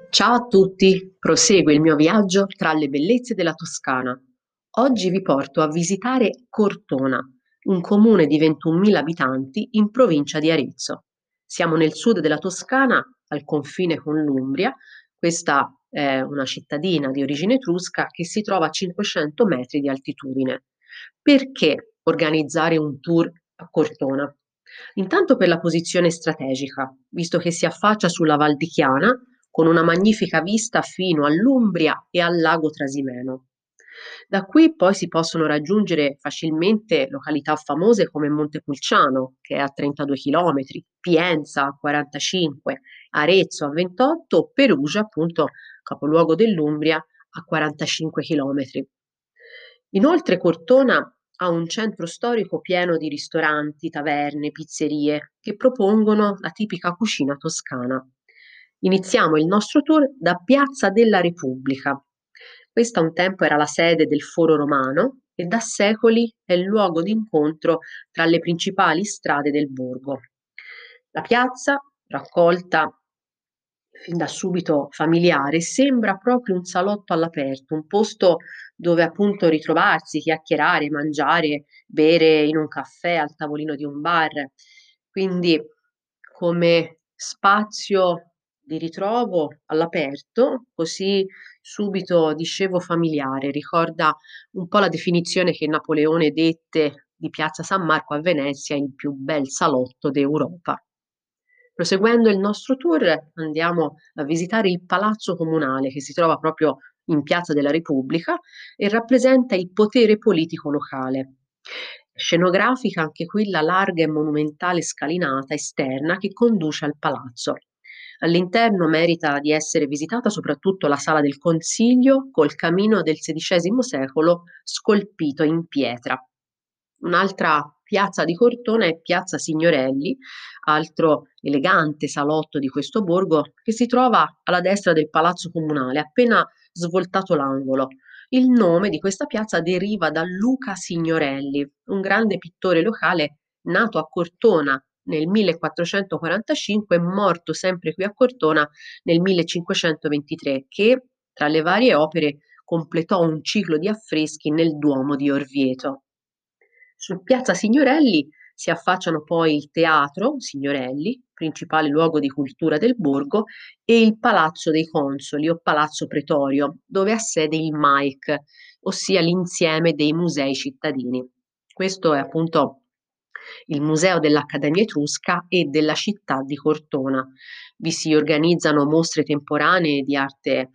Ciao a tutti, prosegue il mio viaggio tra le bellezze della Toscana. Oggi vi porto a visitare Cortona, un comune di 21.000 abitanti in provincia di Arezzo. Siamo nel sud della Toscana, al confine con l'Umbria. Questa è una cittadina di origine etrusca che si trova a 500 metri di altitudine. Perché organizzare un tour a Cortona? Intanto per la posizione strategica, visto che si affaccia sulla Val di Chiana con una magnifica vista fino all'Umbria e al lago Trasimeno. Da qui poi si possono raggiungere facilmente località famose come Montepulciano, che è a 32 km, Pienza a 45, Arezzo a 28, Perugia, appunto capoluogo dell'Umbria, a 45 km. Inoltre Cortona ha un centro storico pieno di ristoranti, taverne, pizzerie che propongono la tipica cucina toscana. Iniziamo il nostro tour da Piazza della Repubblica. Questa un tempo era la sede del Foro Romano e da secoli è il luogo d'incontro tra le principali strade del borgo. La piazza, raccolta fin da subito familiare, sembra proprio un salotto all'aperto, un posto dove appunto ritrovarsi, chiacchierare, mangiare, bere in un caffè al tavolino di un bar. Quindi come spazio di ritrovo all'aperto, così subito dicevo familiare, ricorda un po' la definizione che Napoleone dette di Piazza San Marco a Venezia, il più bel salotto d'Europa. Proseguendo il nostro tour andiamo a visitare il Palazzo Comunale che si trova proprio in Piazza della Repubblica e rappresenta il potere politico locale. Scenografica anche qui la larga e monumentale scalinata esterna che conduce al palazzo. All'interno merita di essere visitata soprattutto la sala del Consiglio col camino del XVI secolo scolpito in pietra. Un'altra piazza di Cortona è Piazza Signorelli, altro elegante salotto di questo borgo che si trova alla destra del Palazzo Comunale, appena svoltato l'angolo. Il nome di questa piazza deriva da Luca Signorelli, un grande pittore locale nato a Cortona nel 1445 e morto sempre qui a Cortona nel 1523, che tra le varie opere completò un ciclo di affreschi nel Duomo di Orvieto. Su Piazza Signorelli si affacciano poi il Teatro Signorelli, principale luogo di cultura del borgo, e il Palazzo dei Consoli o Palazzo Pretorio, dove ha sede il MAIC, ossia l'insieme dei musei cittadini. Questo è appunto il Museo dell'Accademia Etrusca e della città di Cortona. Vi si organizzano mostre temporanee di arte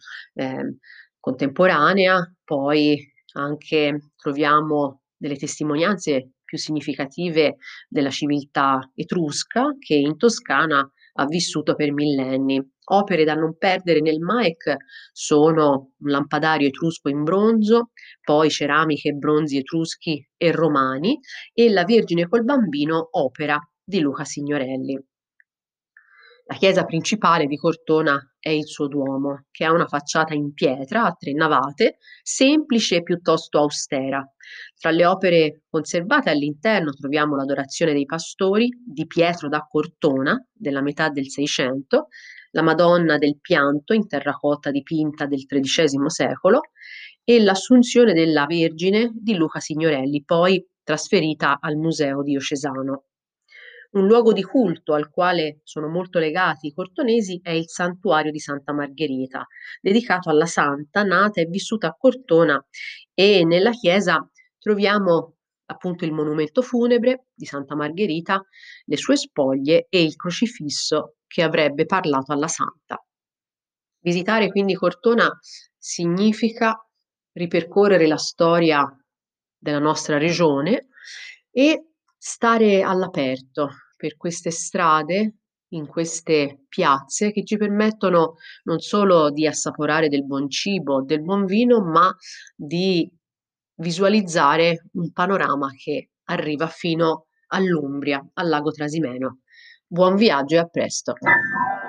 contemporanea, poi anche troviamo delle testimonianze più significative della civiltà etrusca che in Toscana ha vissuto per millenni. Opere da non perdere nel MAEC sono un lampadario etrusco in bronzo, poi ceramiche e bronzi etruschi e romani e La Vergine col Bambino, opera di Luca Signorelli. La chiesa principale di Cortona è il suo Duomo, che ha una facciata in pietra a tre navate, semplice e piuttosto austera. Tra le opere conservate all'interno troviamo l'Adorazione dei Pastori di Pietro da Cortona, della metà del Seicento, la Madonna del Pianto in terracotta dipinta del XIII secolo e l'Assunzione della Vergine di Luca Signorelli, poi trasferita al Museo Diocesano. Un luogo di culto al quale sono molto legati i cortonesi è il Santuario di Santa Margherita, dedicato alla santa nata e vissuta a Cortona, e nella chiesa troviamo appunto il monumento funebre di Santa Margherita, le sue spoglie e il crocifisso che avrebbe parlato alla santa. Visitare quindi Cortona significa ripercorrere la storia della nostra regione e stare all'aperto per queste strade, in queste piazze che ci permettono non solo di assaporare del buon cibo, del buon vino, ma di visualizzare un panorama che arriva fino all'Umbria, al lago Trasimeno. Buon viaggio e a presto!